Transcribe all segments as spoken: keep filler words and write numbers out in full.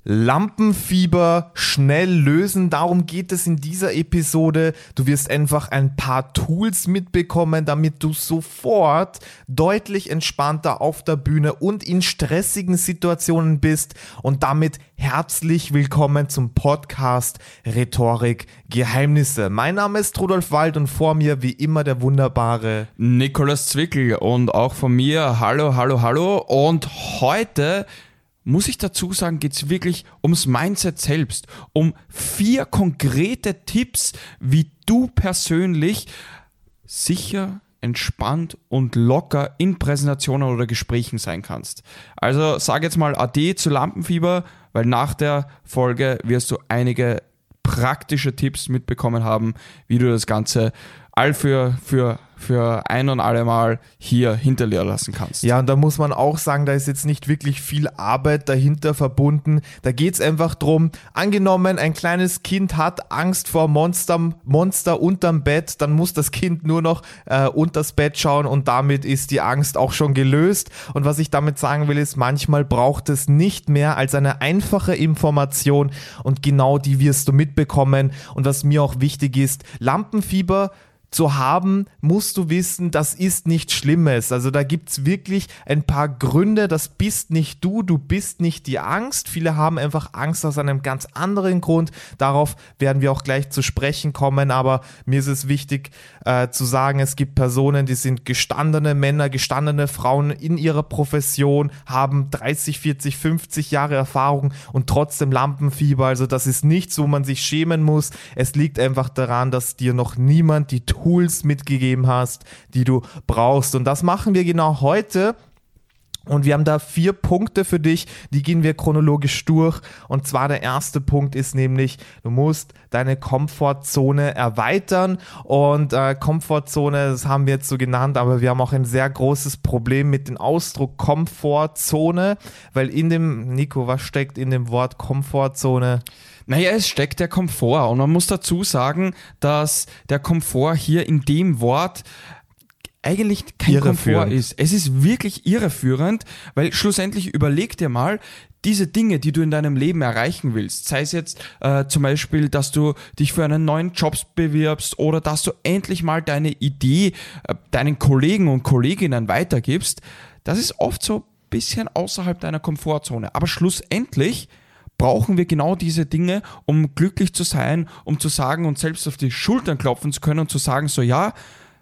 Lampenfieber schnell lösen, darum geht es in dieser Episode. Du wirst einfach ein paar Tools mitbekommen, damit du sofort deutlich entspannter auf der Bühne und in stressigen Situationen bist. Und damit herzlich willkommen zum Podcast Rhetorik Geheimnisse. Mein Name ist Rudolf Wald und vor mir wie immer der wunderbare Nikolaus Zwickel und auch von mir hallo, hallo, hallo. Und heute muss ich dazu sagen, geht es wirklich ums Mindset selbst, um vier konkrete Tipps, wie du persönlich sicher, entspannt und locker in Präsentationen oder Gesprächen sein kannst. Also sag jetzt mal Ade zu Lampenfieber, weil nach der Folge wirst du einige praktische Tipps mitbekommen haben, wie du das Ganze all für, für, für ein und alle Mal hier hinter dir lassen kannst. Ja, und da muss man auch sagen, da ist jetzt nicht wirklich viel Arbeit dahinter verbunden. Da geht es einfach drum, angenommen, ein kleines Kind hat Angst vor Monster, Monster unterm Bett, dann muss das Kind nur noch äh, unters Bett schauen und damit ist die Angst auch schon gelöst. Und was ich damit sagen will, ist, manchmal braucht es nicht mehr als eine einfache Information und genau die wirst du mitbekommen. Und was mir auch wichtig ist, Lampenfieber zu haben, musst du wissen, das ist nichts Schlimmes. Also da gibt es wirklich ein paar Gründe, das bist nicht du, du bist nicht die Angst. Viele haben einfach Angst aus einem ganz anderen Grund. Darauf werden wir auch gleich zu sprechen kommen, aber mir ist es wichtig äh, zu sagen, es gibt Personen, die sind gestandene Männer, gestandene Frauen in ihrer Profession, haben dreißig, vierzig, fünfzig Jahre Erfahrung und trotzdem Lampenfieber. Also das ist nichts, wo man sich schämen muss. Es liegt einfach daran, dass dir noch niemand die Tools mitgegeben hast, die du brauchst. Und das machen wir genau heute. Und wir haben da vier Punkte für dich, die gehen wir chronologisch durch. Und zwar der erste Punkt ist nämlich, du musst deine Komfortzone erweitern. Und äh, Komfortzone, das haben wir jetzt so genannt, aber wir haben auch ein sehr großes Problem mit dem Ausdruck Komfortzone, weil in dem, Nico, was steckt in dem Wort Komfortzone? Naja, es steckt der Komfort und man muss dazu sagen, dass der Komfort hier in dem Wort eigentlich kein Komfort ist. Es ist wirklich irreführend, weil schlussendlich überleg dir mal, diese Dinge, die du in deinem Leben erreichen willst, sei es jetzt äh, zum Beispiel, dass du dich für einen neuen Job bewirbst oder dass du endlich mal deine Idee äh, deinen Kollegen und Kolleginnen weitergibst, das ist oft so ein bisschen außerhalb deiner Komfortzone. Aber schlussendlich brauchen wir genau diese Dinge, um glücklich zu sein, um zu sagen und selbst auf die Schultern klopfen zu können und zu sagen, so ja,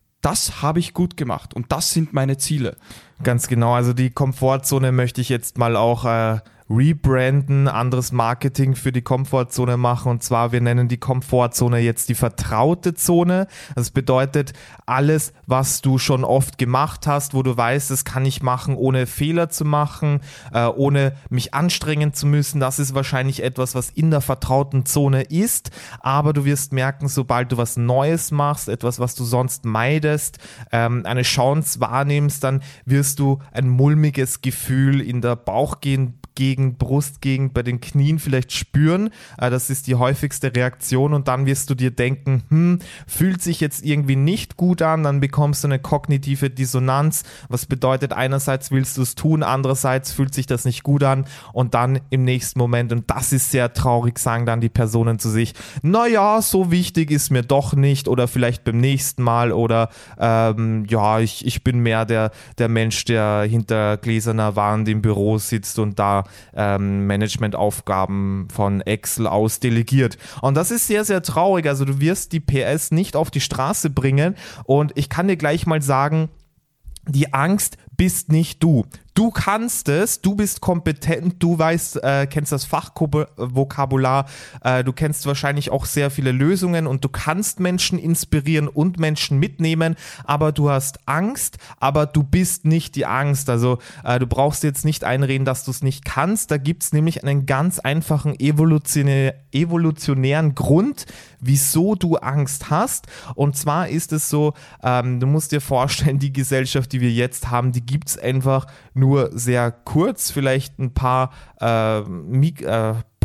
das habe ich gut gemacht und das sind meine Ziele. Ganz genau, also die Komfortzone möchte ich jetzt mal auch äh, rebranden, anderes Marketing für die Komfortzone machen und zwar, wir nennen die Komfortzone jetzt die vertraute Zone. Das bedeutet, alles, was du schon oft gemacht hast, wo du weißt, das kann ich machen, ohne Fehler zu machen, äh, ohne mich anstrengen zu müssen, das ist wahrscheinlich etwas, was in der vertrauten Zone ist, aber du wirst merken, sobald du was Neues machst, etwas, was du sonst meidest, ähm, eine Chance wahrnimmst, dann wirst du ein mulmiges Gefühl in der Bauchgegend, Gegend, Brustgegend, bei den Knien vielleicht spüren. Das ist die häufigste Reaktion und dann wirst du dir denken, hm, fühlt sich jetzt irgendwie nicht gut an, dann bekommst du eine kognitive Dissonanz, was bedeutet, einerseits willst du es tun, andererseits fühlt sich das nicht gut an und dann im nächsten Moment, und das ist sehr traurig, sagen dann die Personen zu sich, naja, so wichtig ist mir doch nicht oder vielleicht beim nächsten Mal oder ähm, ja, ich, ich bin mehr der, der Mensch, der hinter gläserner Wand im Büro sitzt und da ähm, Managementaufgaben von Excel aus delegiert. Und das ist sehr, sehr traurig. Also du wirst die P S nicht auf die Straße bringen und ich kann dir gleich mal sagen, die Angst bist nicht du. Du kannst es, du bist kompetent, du weißt, äh, kennst das Fachvokabular, äh, du kennst wahrscheinlich auch sehr viele Lösungen und du kannst Menschen inspirieren und Menschen mitnehmen, aber du hast Angst, aber du bist nicht die Angst. Also äh, du brauchst jetzt nicht einreden, dass du es nicht kannst. Da gibt es nämlich einen ganz einfachen evolutionä- evolutionären Grund, wieso du Angst hast. Und zwar ist es so, ähm, du musst dir vorstellen, die Gesellschaft, die wir jetzt haben, die gibt es einfach nur sehr kurz, vielleicht ein paar äh, Mik- äh,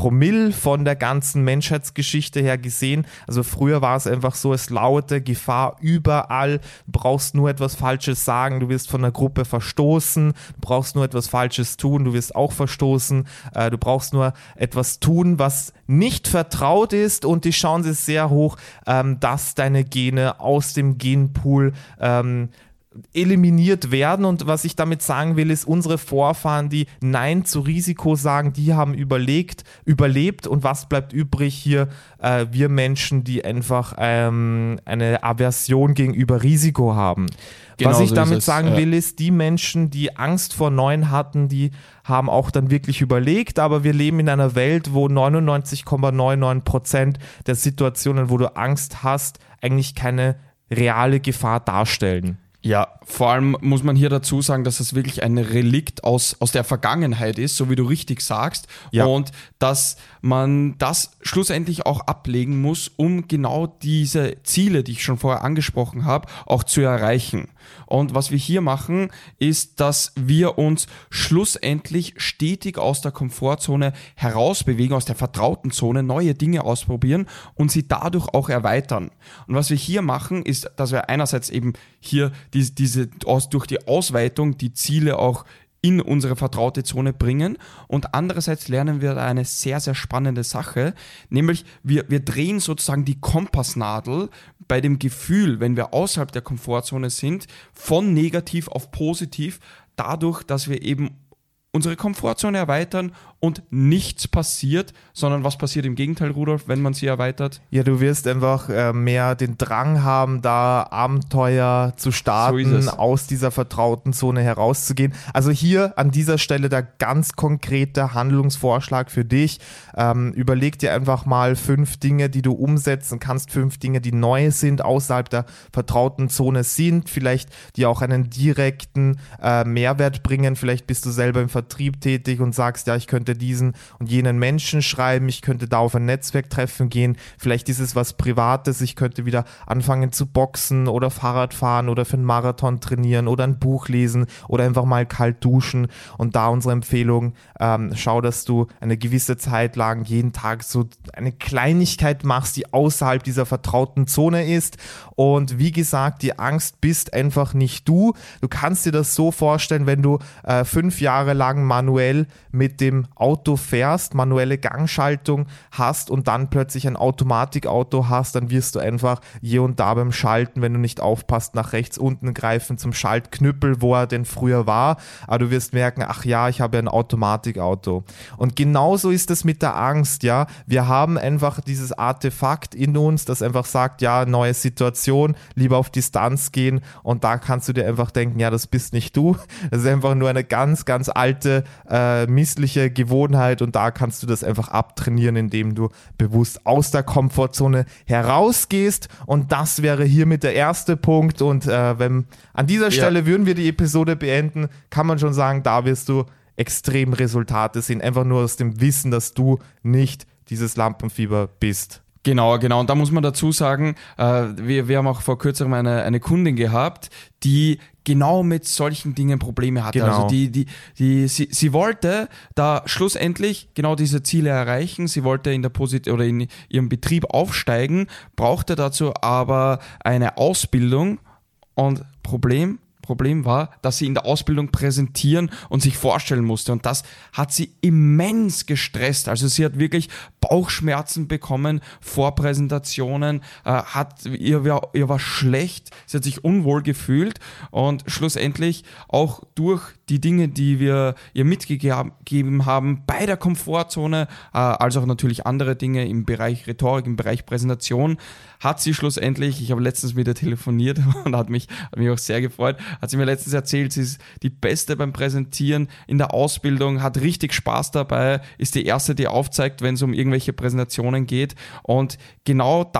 Promille von der ganzen Menschheitsgeschichte her gesehen. Also früher war es einfach so, es laute Gefahr überall. Du brauchst nur etwas Falsches sagen, du wirst von der Gruppe verstoßen. Du brauchst nur etwas Falsches tun, du wirst auch verstoßen. Äh, du brauchst nur etwas tun, was nicht vertraut ist, und die Chance ist sehr hoch, ähm, dass deine Gene aus dem Genpool ähm, eliminiert werden. Und was ich damit sagen will, ist, unsere Vorfahren, die Nein zu Risiko sagen, die haben überlegt, überlebt, und was bleibt übrig hier? Äh, wir Menschen, die einfach ähm, eine Aversion gegenüber Risiko haben. Genau, was ich so damit sagen ja. will, ist, die Menschen, die Angst vor Neuen hatten, die haben auch dann wirklich überlegt, aber wir leben in einer Welt, wo neunundneunzig Komma neunundneunzig Prozent der Situationen, wo du Angst hast, eigentlich keine reale Gefahr darstellen. Ja, vor allem muss man hier dazu sagen, dass es wirklich ein Relikt aus, aus der Vergangenheit ist, so wie du richtig sagst, ja. und dass man das schlussendlich auch ablegen muss, um genau diese Ziele, die ich schon vorher angesprochen habe, auch zu erreichen. Und was wir hier machen, ist, dass wir uns schlussendlich stetig aus der Komfortzone herausbewegen, aus der vertrauten Zone, neue Dinge ausprobieren und sie dadurch auch erweitern. Und was wir hier machen, ist, dass wir einerseits eben hier die, diese aus, durch die Ausweitung die Ziele auch in unsere vertraute Zone bringen, und andererseits lernen wir da eine sehr, sehr spannende Sache, nämlich wir, wir drehen sozusagen die Kompassnadel bei dem Gefühl, wenn wir außerhalb der Komfortzone sind, von negativ auf positiv, dadurch, dass wir eben unsere Komfortzone erweitern und nichts passiert, sondern was passiert im Gegenteil, Rudolf, wenn man sie erweitert? Ja, du wirst einfach äh, mehr den Drang haben, da Abenteuer zu starten, so aus dieser vertrauten Zone herauszugehen. Also hier an dieser Stelle der ganz konkrete Handlungsvorschlag für dich. Ähm, überleg dir einfach mal fünf Dinge, die du umsetzen kannst, fünf Dinge, die neu sind, außerhalb der vertrauten Zone sind, vielleicht die auch einen direkten äh, Mehrwert bringen. Vielleicht bist du selber im Vertrieb tätig und sagst, ja, ich könnte diesen und jenen Menschen schreiben, ich könnte da auf ein Netzwerktreffen gehen, vielleicht ist es was Privates, ich könnte wieder anfangen zu boxen oder Fahrrad fahren oder für einen Marathon trainieren oder ein Buch lesen oder einfach mal kalt duschen. Und da unsere Empfehlung, ähm, schau, dass du eine gewisse Zeit lang jeden Tag so eine Kleinigkeit machst, die außerhalb dieser vertrauten Zone ist. Und wie gesagt, die Angst bist einfach nicht du. Du kannst dir das so vorstellen, wenn du äh, fünf Jahre lang manuell mit dem Auto fährst, manuelle Gangschaltung hast und dann plötzlich ein Automatikauto hast, dann wirst du einfach hier und da beim Schalten, wenn du nicht aufpasst, nach rechts unten greifen zum Schaltknüppel, wo er denn früher war. Aber du wirst merken, ach ja, ich habe ja ein Automatikauto. Und genauso ist es mit der Angst, ja. Wir haben einfach dieses Artefakt in uns, das einfach sagt, ja, neue Situation, lieber auf Distanz gehen, und da kannst du dir einfach denken, ja, das bist nicht du. Das ist einfach nur eine ganz, ganz alte, äh, missliche Gewohnheit, und da kannst du das einfach abtrainieren, indem du bewusst aus der Komfortzone herausgehst, und das wäre hiermit der erste Punkt. Und äh, wenn an dieser Stelle ja. würden wir die Episode beenden, kann man schon sagen, da wirst du extrem Resultate sehen, einfach nur aus dem Wissen, dass du nicht dieses Lampenfieber bist. Genau, genau. Und da muss man dazu sagen, äh, wir, wir haben auch vor kurzem eine, eine Kundin gehabt, die genau mit solchen Dingen Probleme hatte. Genau. Also die, die, die, sie, sie wollte da schlussendlich genau diese Ziele erreichen. Sie wollte in der Posit- oder in ihrem Betrieb aufsteigen, brauchte dazu aber eine Ausbildung, und Problem Problem war, dass sie in der Ausbildung präsentieren und sich vorstellen musste, und das hat sie immens gestresst. Also sie hat wirklich Bauchschmerzen bekommen vor Präsentationen, äh, hat, ihr, war, ihr war schlecht, sie hat sich unwohl gefühlt, und schlussendlich auch durch die Dinge, die wir ihr mitgegeben haben bei der Komfortzone, äh, als auch natürlich andere Dinge im Bereich Rhetorik, im Bereich Präsentation, hat sie schlussendlich, ich habe letztens mit ihr telefoniert und hat mich, hat mich auch sehr gefreut, hat sie mir letztens erzählt, sie ist die Beste beim Präsentieren in der Ausbildung, hat richtig Spaß dabei, ist die Erste, die aufzeigt, wenn es um irgendwelche Präsentationen geht, und genau das ist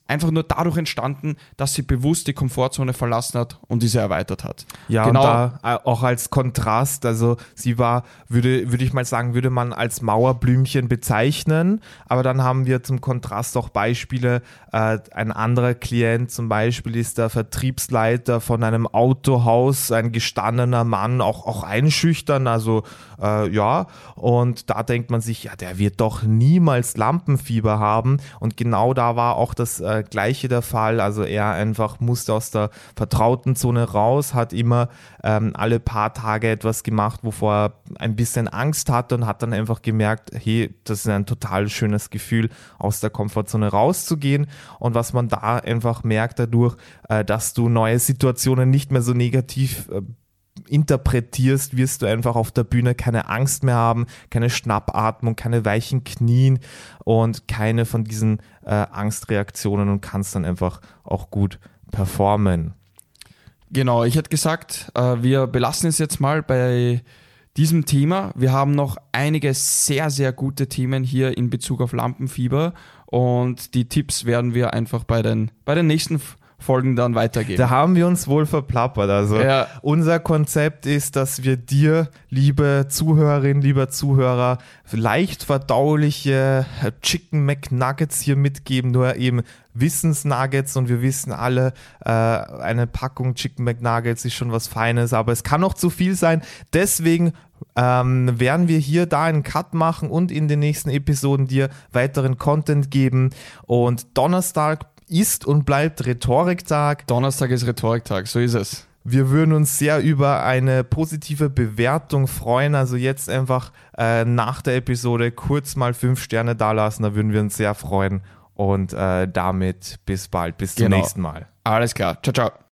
einfach nur dadurch entstanden, dass sie bewusst die Komfortzone verlassen hat und diese erweitert hat. Ja, genau. Und da auch als Kontrast, also sie war, würde, würde ich mal sagen, würde man als Mauerblümchen bezeichnen, aber dann haben wir zum Kontrast auch Beispiele. Äh, ein anderer Klient zum Beispiel ist der Vertriebsleiter von einem Autohaus, ein gestandener Mann, auch, auch einschüchtern, also äh, ja, und da denkt man sich, ja, der wird doch niemals Lampenfieber haben, und genau da war auch das äh, Gleiche der Fall, also er einfach musste aus der vertrauten Zone raus, hat immer ähm, alle paar Tage etwas gemacht, wovor er ein bisschen Angst hatte, und hat dann einfach gemerkt, hey, das ist ein total schönes Gefühl, aus der Komfortzone rauszugehen, und was man da einfach merkt dadurch, äh, dass du neue Situationen nicht mehr so negativ äh, interpretierst, wirst du einfach auf der Bühne keine Angst mehr haben, keine Schnappatmung, keine weichen Knien und keine von diesen äh, Angstreaktionen, und kannst dann einfach auch gut performen. Genau, ich hätte gesagt, äh, wir belassen es jetzt mal bei diesem Thema. Wir haben noch einige sehr, sehr gute Themen hier in Bezug auf Lampenfieber, und die Tipps werden wir einfach bei den, bei den nächsten Folgen dann weitergeben. Da haben wir uns wohl verplappert. Also ja. Unser Konzept ist, dass wir dir, liebe Zuhörerin, lieber Zuhörer, leicht verdauliche Chicken McNuggets hier mitgeben, nur eben Wissensnuggets, und wir wissen alle, äh, eine Packung Chicken McNuggets ist schon was Feines, aber es kann noch zu viel sein. Deswegen ähm, werden wir hier da einen Cut machen und in den nächsten Episoden dir weiteren Content geben, und Donnerstag ist und bleibt Rhetoriktag. Donnerstag ist Rhetoriktag, so ist es. Wir würden uns sehr über eine positive Bewertung freuen, also jetzt einfach äh, nach der Episode kurz mal fünf Sterne dalassen, da würden wir uns sehr freuen, und äh, damit bis bald, bis zum genau. nächsten Mal. Alles klar, ciao, ciao.